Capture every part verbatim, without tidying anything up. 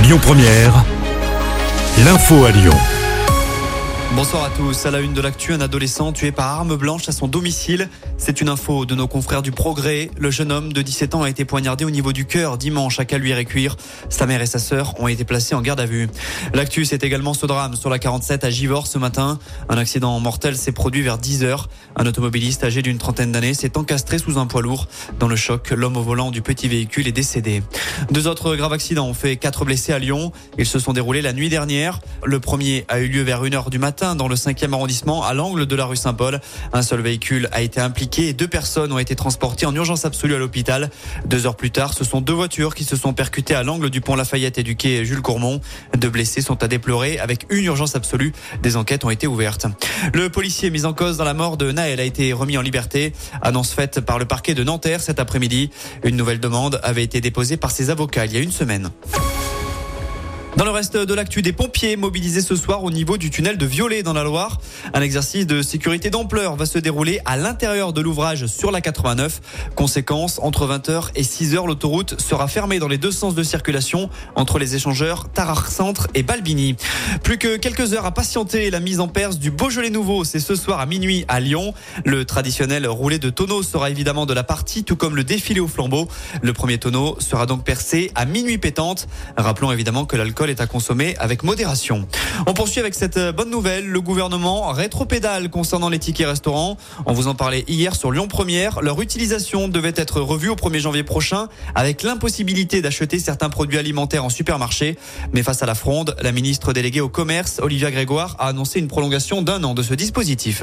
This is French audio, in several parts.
Lyon Première, l'info à Lyon. Bonsoir à tous. À la une de l'actu, un adolescent tué par arme blanche à son domicile. C'est une info de nos confrères du Progrès. Le jeune homme de dix-sept ans a été poignardé au niveau du cœur dimanche à Caluire-et-Cuire. Sa mère et sa sœur ont été placées en garde à vue. L'actu, c'est également ce drame sur la quarante-sept à Givors ce matin. Un accident mortel s'est produit vers dix heures. Un automobiliste âgé d'une trentaine d'années s'est encastré sous un poids lourd. Dans le choc, l'homme au volant du petit véhicule est décédé. Deux autres graves accidents ont fait quatre blessés à Lyon. Ils se sont déroulés la nuit dernière. Le premier a eu lieu vers une heure du matin dans le cinquième arrondissement, à l'angle de la rue Saint-Paul. Un seul véhicule a été impliqué et deux personnes ont été transportées en urgence absolue à l'hôpital. Deux heures plus tard, ce sont deux voitures qui se sont percutées à l'angle du pont Lafayette et du quai Jules Courmont. Deux blessés sont à déplorer avec une urgence absolue. Des enquêtes ont été ouvertes. Le policier mis en cause dans la mort de Naël a été remis en liberté. Annonce faite par le parquet de Nanterre cet après-midi. Une nouvelle demande avait été déposée par ses avocats il y a une semaine. Dans le reste de l'actu, des pompiers mobilisés ce soir au niveau du tunnel de Violet dans la Loire. Un exercice de sécurité d'ampleur va se dérouler à l'intérieur de l'ouvrage sur la quatre-vingt-neuf. Conséquence, entre vingt heures et six heures, l'autoroute sera fermée dans les deux sens de circulation entre les échangeurs Tarare Centre et Balbini. Plus que quelques heures à patienter, la mise en perce du Beaujolais nouveau, c'est ce soir à minuit à Lyon. Le traditionnel roulé de tonneaux sera évidemment de la partie, tout comme le défilé au flambeau. Le premier tonneau sera donc percé à minuit pétante. Rappelons évidemment que l'alcool est à consommer avec modération. On poursuit avec cette bonne nouvelle. Le gouvernement rétropédale concernant les tickets restaurants. On vous en parlait hier sur Lyon Première. Leur utilisation devait être revue au premier janvier prochain avec l'impossibilité d'acheter certains produits alimentaires en supermarché. Mais face à la fronde, la ministre déléguée au commerce, Olivia Grégoire, a annoncé une prolongation d'un an de ce dispositif.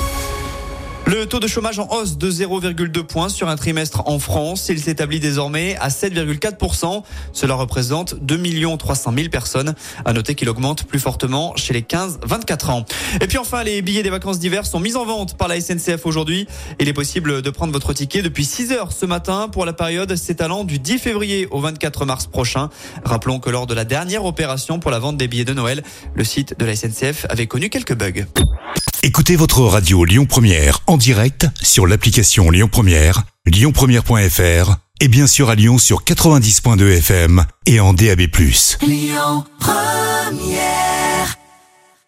Le taux de chômage en hausse de zéro virgule deux points sur un trimestre en France. Il s'établit désormais à sept virgule quatre pour cent. Cela représente deux millions trois cent mille personnes. À noter qu'il augmente plus fortement chez les quinze vingt-quatre ans. Et puis enfin, les billets des vacances d'hiver sont mis en vente par la S N C F aujourd'hui. Il est possible de prendre votre ticket depuis six heures ce matin pour la période s'étalant du dix février au vingt-quatre mars prochain. Rappelons que lors de la dernière opération pour la vente des billets de Noël, le site de la S N C F avait connu quelques bugs. Écoutez votre radio Lyon Première en direct sur l'application Lyon Première, lyon première point f r et bien sûr à Lyon sur quatre-vingt-dix point deux F M et en D A B plus. Lyon Première.